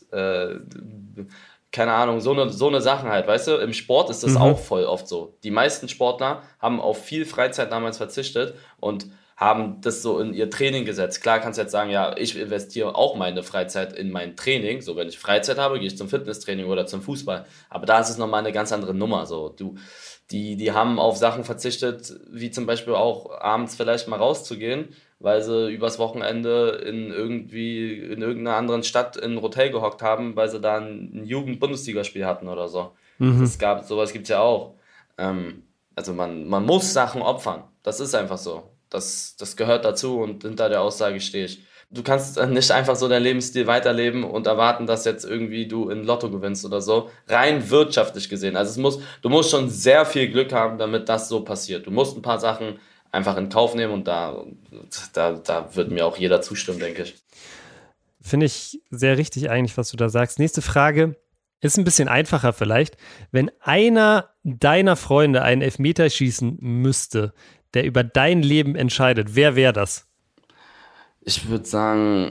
Keine Ahnung, so eine Sachen halt, weißt du? Im Sport ist das auch voll oft so. Die meisten Sportler haben auf viel Freizeit damals verzichtet und haben das so in ihr Training gesetzt. Klar kannst du jetzt sagen, ja, ich investiere auch meine Freizeit in mein Training. So, wenn ich Freizeit habe, gehe ich zum Fitnesstraining oder zum Fußball. Aber da ist es nochmal eine ganz andere Nummer. So, die haben auf Sachen verzichtet, wie zum Beispiel auch abends vielleicht mal rauszugehen, weil sie übers Wochenende in irgendeiner anderen Stadt in ein Hotel gehockt haben, weil sie da ein Jugend-Bundesligaspiel hatten oder so. Sowas gibt's ja auch. Also man muss Sachen opfern. Das ist einfach so. Das gehört dazu und hinter der Aussage stehe ich. du kannst nicht einfach so deinen Lebensstil weiterleben und erwarten, dass jetzt irgendwie du in Lotto gewinnst oder so. Rein wirtschaftlich gesehen. Also du musst schon sehr viel Glück haben, damit das so passiert. Du musst ein paar Sachen einfach in Kauf nehmen und da wird mir auch jeder zustimmen, denke ich. Finde ich sehr richtig eigentlich, was du da sagst. Nächste Frage ist ein bisschen einfacher vielleicht. Wenn einer deiner Freunde einen Elfmeter schießen müsste, der über dein Leben entscheidet, wer wäre das? Ich würde sagen,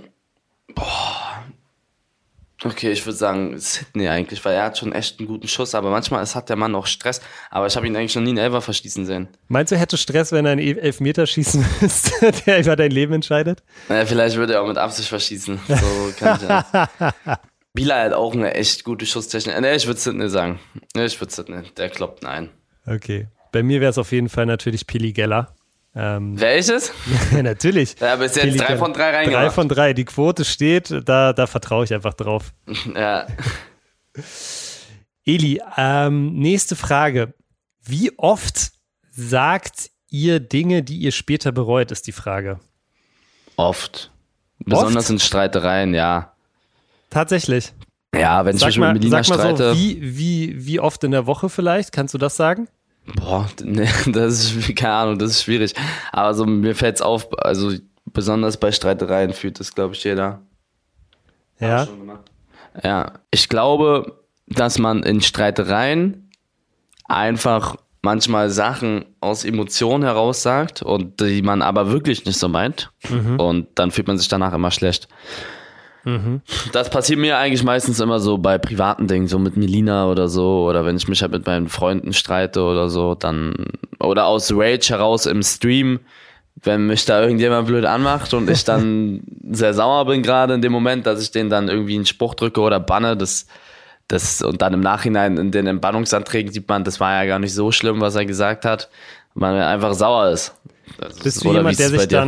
ich würde sagen Sydney eigentlich, weil er hat schon echt einen guten Schuss, aber manchmal hat der Mann auch Stress, aber ich habe ihn eigentlich noch nie einen Elfer verschießen sehen. Meinst du, er hätte Stress, wenn er einen Elfmeter schießen müsste, der über dein Leben entscheidet? Naja, vielleicht würde er auch mit Absicht verschießen, so kann ich ja. Bila hat auch eine echt gute Schusstechnik. Nee, ich würde Sydney sagen. Der kloppt ein. Okay, bei mir wäre es auf jeden Fall natürlich Pili Geller. Welches? Ja, natürlich. Ja, aber ist jetzt 3 von 3 reingemacht. 3 von 3, die Quote steht, da vertraue ich einfach drauf. Ja. Eli, nächste Frage. Wie oft sagt ihr Dinge, die ihr später bereut, ist die Frage. Oft. Besonders in Streitereien, ja. Tatsächlich. Ja, wenn ich mich mit Melina streite. So, wie oft in der Woche vielleicht? Kannst du das sagen? Boah, nee, keine Ahnung, das ist schwierig. Aber so, mir fällt es auf, also besonders bei Streitereien fühlt das, glaube ich, jeder. Ja. Ja, ich glaube, dass man in Streitereien einfach manchmal Sachen aus Emotionen heraus sagt und die man aber wirklich nicht so meint. Und dann fühlt man sich danach immer schlecht. Das passiert mir eigentlich meistens immer so bei privaten Dingen, so mit Melina oder so, oder wenn ich mich halt mit meinen Freunden streite oder so, dann, oder aus Rage heraus im Stream, wenn mich da irgendjemand blöd anmacht und ich dann sehr sauer bin gerade in dem Moment, dass ich den dann irgendwie einen Spruch drücke oder banne, das und dann im Nachhinein in den Entbannungsanträgen sieht man, das war ja gar nicht so schlimm, was er gesagt hat, weil er einfach sauer ist. Bist du jemand,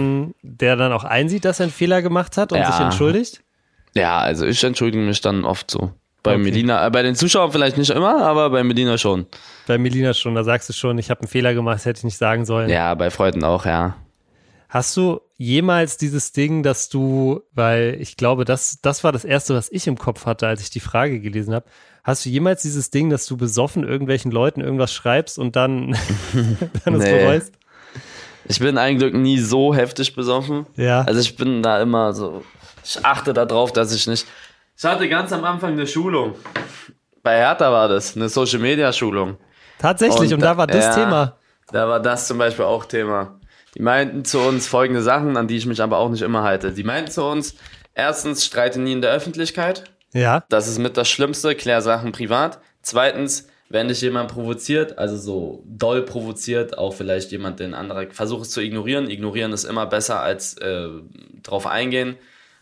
der dann auch einsieht, dass er einen Fehler gemacht hat und sich entschuldigt? Ja, also ich entschuldige mich dann oft so. Bei Melina, bei den Zuschauern vielleicht nicht immer, aber bei Melina schon. Bei Melina schon, da sagst du schon, ich habe einen Fehler gemacht, das hätte ich nicht sagen sollen. Ja, bei Freunden auch, ja. Hast du jemals dieses Ding, dass du, weil ich glaube, das war das Erste, was ich im Kopf hatte, als ich die Frage gelesen habe, hast du jemals dieses Ding, dass du besoffen irgendwelchen Leuten irgendwas schreibst und dann es bereust? Ich bin eigentlich nie so heftig besoffen. Ja. Also ich bin da immer so, ich achte darauf, dass ich nicht... Ich hatte ganz am Anfang eine Schulung. Bei Hertha war das, eine Social-Media-Schulung. Tatsächlich, und da war das Thema. Da war das zum Beispiel auch Thema. Die meinten zu uns folgende Sachen, an die ich mich aber auch nicht immer halte. Die meinten zu uns, erstens, streite nie in der Öffentlichkeit. Ja. Das ist mit das Schlimmste, klär Sachen privat. Zweitens, wenn dich jemand provoziert, also so doll provoziert, auch vielleicht jemand, den anderer, versuch es zu ignorieren. Ignorieren ist immer besser als drauf eingehen.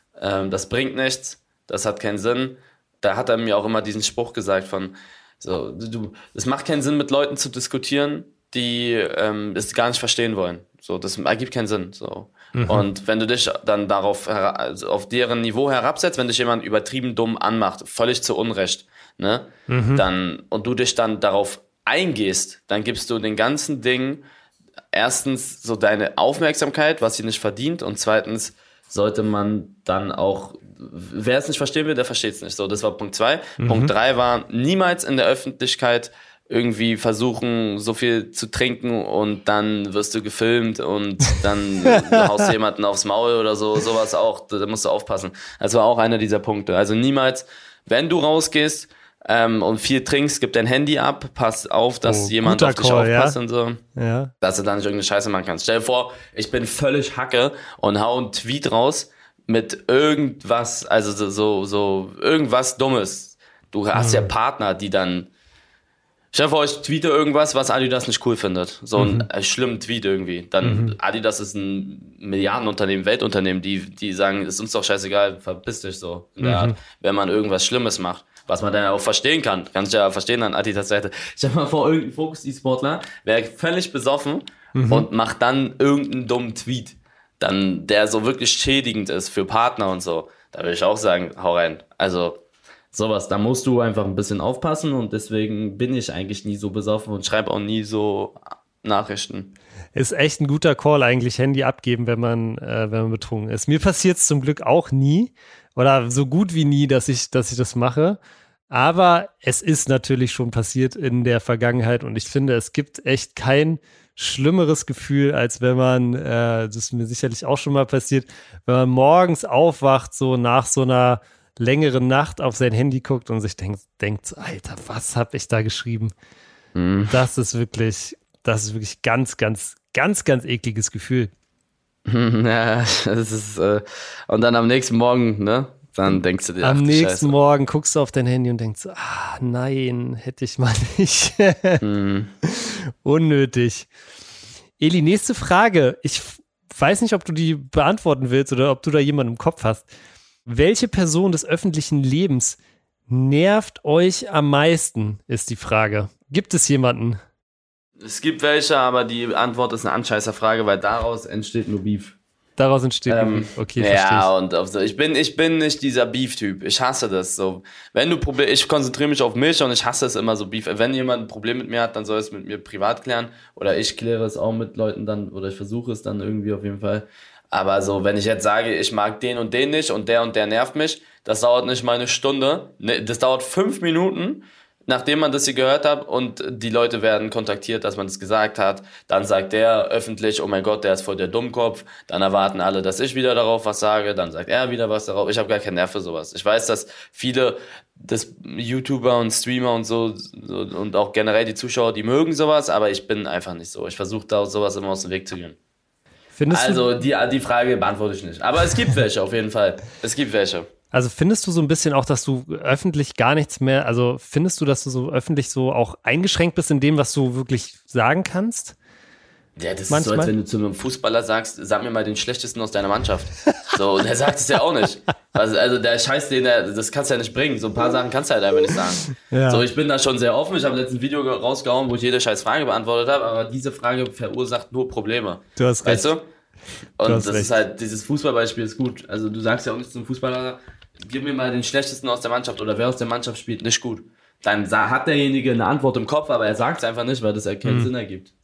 Das bringt nichts, das hat keinen Sinn. Da hat er mir auch immer diesen Spruch gesagt von, so, es macht keinen Sinn, mit Leuten zu diskutieren, die es gar nicht verstehen wollen. So, das ergibt keinen Sinn. So. Und wenn du dich dann auf deren Niveau herabsetzt, wenn dich jemand übertrieben dumm anmacht, völlig zu Unrecht, ne, und du dich dann darauf eingehst, dann gibst du den ganzen Dingen erstens so deine Aufmerksamkeit, was sie nicht verdient, und zweitens sollte man dann auch, wer es nicht verstehen will, der versteht es nicht. So, das war Punkt 2. Punkt 3 war, niemals in der Öffentlichkeit irgendwie versuchen, so viel zu trinken und dann wirst du gefilmt und dann haust du jemanden aufs Maul oder so, sowas auch, da musst du aufpassen. Das war auch einer dieser Punkte. Also niemals, wenn du rausgehst und viel trinkst, gib dein Handy ab, pass auf, dass jemand auf dich aufpasst und so, dass du da nicht irgendeine Scheiße machen kannst. Stell dir vor, ich bin völlig Hacke und hau einen Tweet raus mit irgendwas, also so irgendwas Dummes. Du hast ja Partner, die dann, stell dir vor, ich tweete irgendwas, was Adidas nicht cool findet. So einen schlimmen Tweet irgendwie. Dann, Adidas ist ein Milliardenunternehmen, Weltunternehmen, die sagen, ist uns doch scheißegal, verpiss dich so. In der Art, wenn man irgendwas Schlimmes macht. Was man dann auch verstehen kann. Kannst du ja verstehen an Adidas Seite. Stell dir mal vor, irgendein Fokus-E-Sportler wäre völlig besoffen und macht dann irgendeinen dummen Tweet. Dann, der so wirklich schädigend ist für Partner und so. Da würde ich auch sagen, hau rein. Also, sowas, da musst du einfach ein bisschen aufpassen und deswegen bin ich eigentlich nie so besoffen und schreibe auch nie so Nachrichten. Ist echt ein guter Call eigentlich, Handy abgeben, wenn man betrunken ist. Mir passiert es zum Glück auch nie oder so gut wie nie, dass ich das mache. Aber es ist natürlich schon passiert in der Vergangenheit und ich finde, es gibt echt kein schlimmeres Gefühl, als wenn man, das ist mir sicherlich auch schon mal passiert, wenn man morgens aufwacht, so nach so einer längeren Nacht auf sein Handy guckt und sich denkt, Alter, was habe ich da geschrieben? Das ist wirklich ganz, ganz, ganz, ganz ekliges Gefühl. Ja, das ist, und dann am nächsten Morgen, ne? Dann denkst du dir, am nächsten Scheiße. Morgen guckst du auf dein Handy und denkst so, nein, hätte ich mal nicht. Unnötig. Eli, nächste Frage. Ich weiß nicht, ob du die beantworten willst oder ob du da jemanden im Kopf hast. Welche Person des öffentlichen Lebens nervt euch am meisten, ist die Frage. Gibt es jemanden? Es gibt welche, aber die Antwort ist eine Anscheißerfrage, weil daraus entsteht nur Beef. Daraus entsteht okay, verstehe ich. Ja, und so. Ich bin nicht dieser Beef-Typ. Ich hasse das so. Ich konzentriere mich auf mich und ich hasse es immer so Beef. Wenn jemand ein Problem mit mir hat, dann soll es mit mir privat klären oder ich kläre es auch mit Leuten dann oder ich versuche es dann irgendwie auf jeden Fall. Aber so, wenn ich jetzt sage, ich mag den und den nicht und der nervt mich, das dauert nicht mal eine Stunde. Das dauert 5 Minuten, nachdem man das hier gehört hat und die Leute werden kontaktiert, dass man das gesagt hat. Dann sagt der öffentlich, oh mein Gott, der ist voll der Dummkopf. Dann erwarten alle, dass ich wieder darauf was sage. Dann sagt er wieder was darauf. Ich habe gar keinen Nerv für sowas. Ich weiß, dass viele YouTuber und Streamer und so und auch generell die Zuschauer, die mögen sowas, aber ich bin einfach nicht so. Ich versuche da sowas immer aus dem Weg zu gehen. Also die Frage beantworte ich nicht. Aber es gibt welche auf jeden Fall. Es gibt welche. Also findest du so ein bisschen auch, dass du öffentlich gar nichts mehr, also findest du, dass du so öffentlich so auch eingeschränkt bist in dem, was du wirklich sagen kannst? Ja, das ist so, als wenn du zu einem Fußballer sagst, sag mir mal den schlechtesten aus deiner Mannschaft. So, und der sagt es ja auch nicht. Also der Scheiß, das kannst du ja nicht bringen. So ein paar Sachen kannst du halt einfach nicht sagen. Ja. So, ich bin da schon sehr offen. Ich habe letztens ein Video rausgehauen, wo ich jede scheiß Frage beantwortet habe, aber diese Frage verursacht nur Probleme. Du hast recht. Weißt du? Und das ist halt, dieses Fußballbeispiel ist gut. Also du sagst ja auch nicht zum Fußballer, gib mir mal den schlechtesten aus der Mannschaft oder wer aus der Mannschaft spielt nicht gut. Dann hat derjenige eine Antwort im Kopf, aber er sagt es einfach nicht, weil das keinen Sinn ergibt.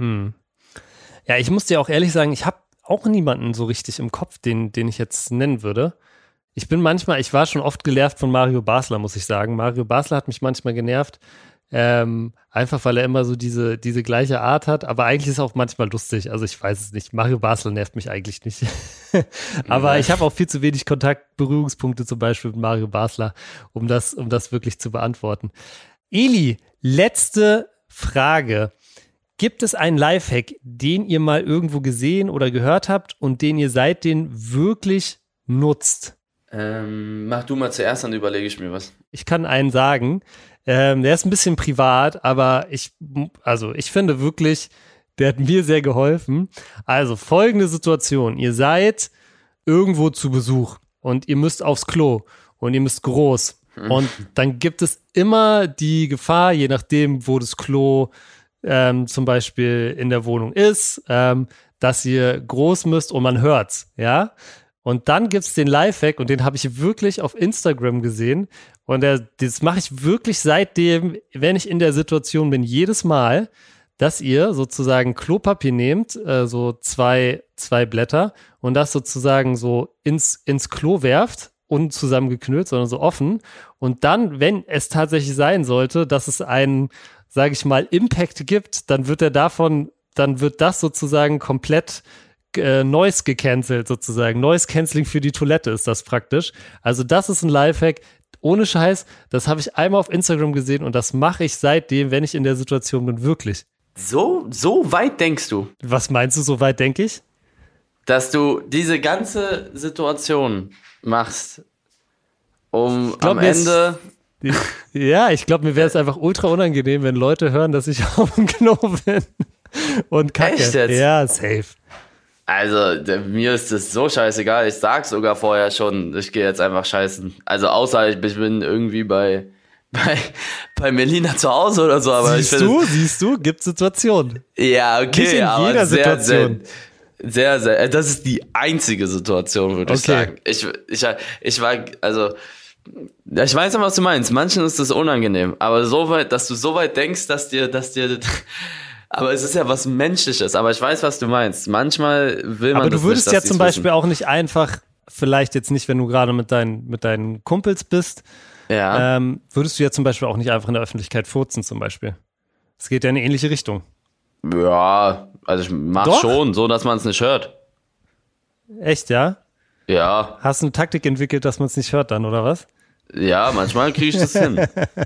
Ja, ich muss dir auch ehrlich sagen, ich habe auch niemanden so richtig im Kopf, den ich jetzt nennen würde. Ich war schon oft genervt von Mario Basler, muss ich sagen. Mario Basler hat mich manchmal genervt, einfach weil er immer so diese gleiche Art hat, aber eigentlich ist er auch manchmal lustig, also ich weiß es nicht, Mario Basler nervt mich eigentlich nicht, aber ich habe auch viel zu wenig Berührungspunkte zum Beispiel mit Mario Basler, um das wirklich zu beantworten. Eli, letzte Frage. Gibt es einen Lifehack, den ihr mal irgendwo gesehen oder gehört habt und den ihr seitdem wirklich nutzt? Mach du mal zuerst, dann überlege ich mir was. Ich kann einen sagen, der ist ein bisschen privat, aber ich finde wirklich, der hat mir sehr geholfen. Also folgende Situation, ihr seid irgendwo zu Besuch und ihr müsst aufs Klo und ihr müsst groß und dann gibt es immer die Gefahr, je nachdem, wo das Klo zum Beispiel in der Wohnung ist, dass ihr groß müsst und man hört's, ja? Und dann gibt's den Lifehack und den habe ich wirklich auf Instagram gesehen und das mache ich wirklich seitdem, wenn ich in der Situation bin, jedes Mal, dass ihr sozusagen Klopapier nehmt, so zwei Blätter und das sozusagen so ins Klo werft, unzusammengeknüllt, sondern so offen und dann, wenn es tatsächlich sein sollte, dass es einen, sage ich mal, Impact gibt, dann wird das sozusagen komplett Noise gecancelt sozusagen. Noise Cancelling für die Toilette ist das praktisch. Also das ist ein Lifehack. Ohne Scheiß, das habe ich einmal auf Instagram gesehen und das mache ich seitdem, wenn ich in der Situation bin, wirklich. So weit denkst du? Was meinst du, so weit denke ich? Dass du diese ganze Situation machst, um am Ende... Ja, ich glaube, mir wäre es einfach ultra unangenehm, wenn Leute hören, dass ich auf dem Klo bin und kacke. Echt jetzt? Ja, safe. Also, mir ist das so scheißegal. Ich sag sogar vorher schon, ich gehe jetzt einfach scheißen. Also, außer ich bin irgendwie bei Melina zu Hause oder so. Aber Siehst du, gibt Situationen. Ja, okay, nicht in aber jeder Situation. Sehr, sehr, das ist die einzige Situation, würde ich sagen. Ich war, also, ich weiß nicht, was du meinst. Manchen ist das unangenehm, aber so weit, dass du so weit denkst, dass dir Aber es ist ja was Menschliches, aber ich weiß, was du meinst. Manchmal will man aber das du würdest nicht, ja dass zum die's Beispiel auch nicht einfach, vielleicht jetzt nicht, wenn du gerade mit deinen Kumpels bist, Ja. würdest du ja zum Beispiel auch nicht einfach in der Öffentlichkeit furzen zum Beispiel. Es geht ja in eine ähnliche Richtung. Ja, also ich mach Doch? schon, so dass man es nicht hört. Echt, ja? Ja, Hast du eine Taktik entwickelt, dass man es nicht hört dann, oder was? ja, manchmal kriege ich das hin.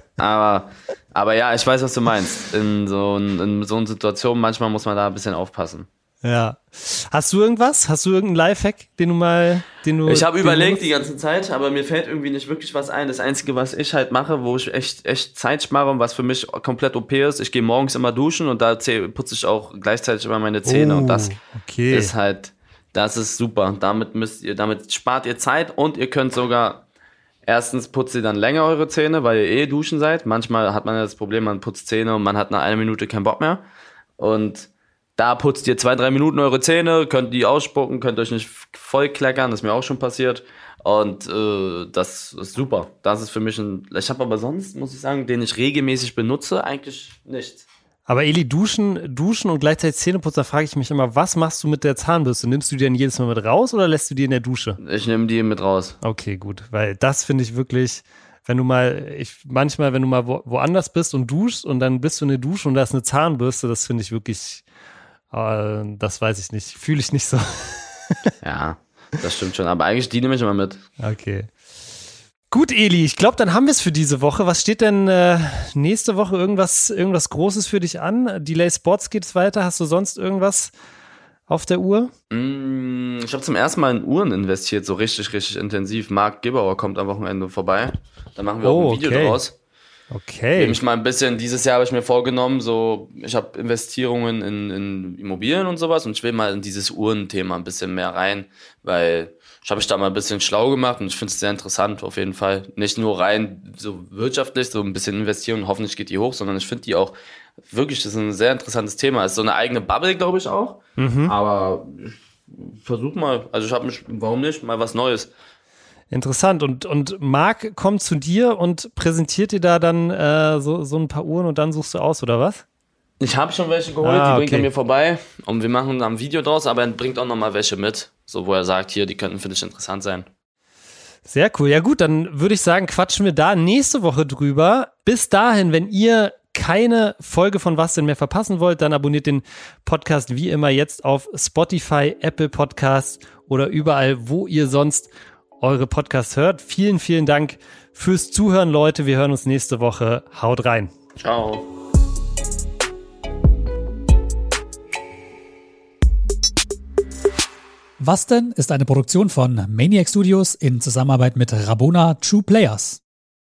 Aber ja, ich weiß, was du meinst. In so einer Situation, manchmal muss man da ein bisschen aufpassen. Ja. Hast du irgendwas? Hast du irgendeinen Lifehack, Ich habe überlegt die ganze Zeit, aber mir fällt irgendwie nicht wirklich was ein. Das Einzige, was ich halt mache, wo ich echt Zeit spare und was für mich komplett OP ist, ich gehe morgens immer duschen und da putze ich auch gleichzeitig immer meine Zähne und das okay. ist halt, das ist super. Damit spart ihr Zeit und ihr könnt sogar, erstens putzt ihr dann länger eure Zähne, weil ihr duschen seid. Manchmal hat man ja das Problem, man putzt Zähne und man hat nach einer Minute keinen Bock mehr. Und da putzt ihr 2-3 Minuten eure Zähne, könnt die ausspucken, könnt euch nicht voll kleckern, das ist mir auch schon passiert. Und das ist super. Das ist für mich ich habe aber sonst, muss ich sagen, den ich regelmäßig benutze, eigentlich nichts. Aber Eli, duschen und gleichzeitig Zähneputzen, da frage ich mich immer, was machst du mit der Zahnbürste? Nimmst du die dann jedes Mal mit raus oder lässt du die in der Dusche? Ich nehme die mit raus. Okay, gut, weil das finde ich wirklich, wenn du mal woanders bist und duschst und dann bist du in der Dusche und da ist eine Zahnbürste, das finde ich wirklich, das weiß ich nicht, fühle ich nicht so. Ja, das stimmt schon, aber eigentlich die nehme ich immer mit. Okay. Gut, Eli, ich glaube, dann haben wir es für diese Woche. Was steht denn nächste Woche? Irgendwas Großes für dich an? Delay Sports geht's weiter. Hast du sonst irgendwas auf der Uhr? Ich habe zum ersten Mal in Uhren investiert, so richtig intensiv. Marc Gebauer kommt am Wochenende vorbei. Da machen wir auch ein Video draus. Okay. Nämlich mal ein bisschen, dieses Jahr habe ich mir vorgenommen, ich habe Investierungen in Immobilien und sowas und ich will mal in dieses Uhrenthema ein bisschen mehr rein, weil ich habe mich da mal ein bisschen schlau gemacht und ich finde es sehr interessant auf jeden Fall. Nicht nur rein so wirtschaftlich, so ein bisschen investieren und hoffentlich geht die hoch, sondern ich finde die auch wirklich, das ist ein sehr interessantes Thema. Es ist so eine eigene Bubble, glaube ich auch, aber ich versuch mal, also ich habe mich, warum nicht, mal was Neues. Interessant. Und Marc kommt zu dir und präsentiert dir da dann so ein paar Uhren und dann suchst du aus, oder was? Ich habe schon welche geholt, die bringt er mir vorbei und wir machen da ein Video draus, aber er bringt auch nochmal welche mit, so wo er sagt, hier, die könnten für dich interessant sein. Sehr cool. Ja gut, dann würde ich sagen, quatschen wir da nächste Woche drüber. Bis dahin, wenn ihr keine Folge von Was denn mehr verpassen wollt, dann abonniert den Podcast wie immer jetzt auf Spotify, Apple Podcasts oder überall, wo ihr sonst eure Podcasts hört. Vielen, vielen Dank fürs Zuhören, Leute. Wir hören uns nächste Woche. Haut rein. Ciao. Was denn ist eine Produktion von Maniac Studios in Zusammenarbeit mit Rabona True Players.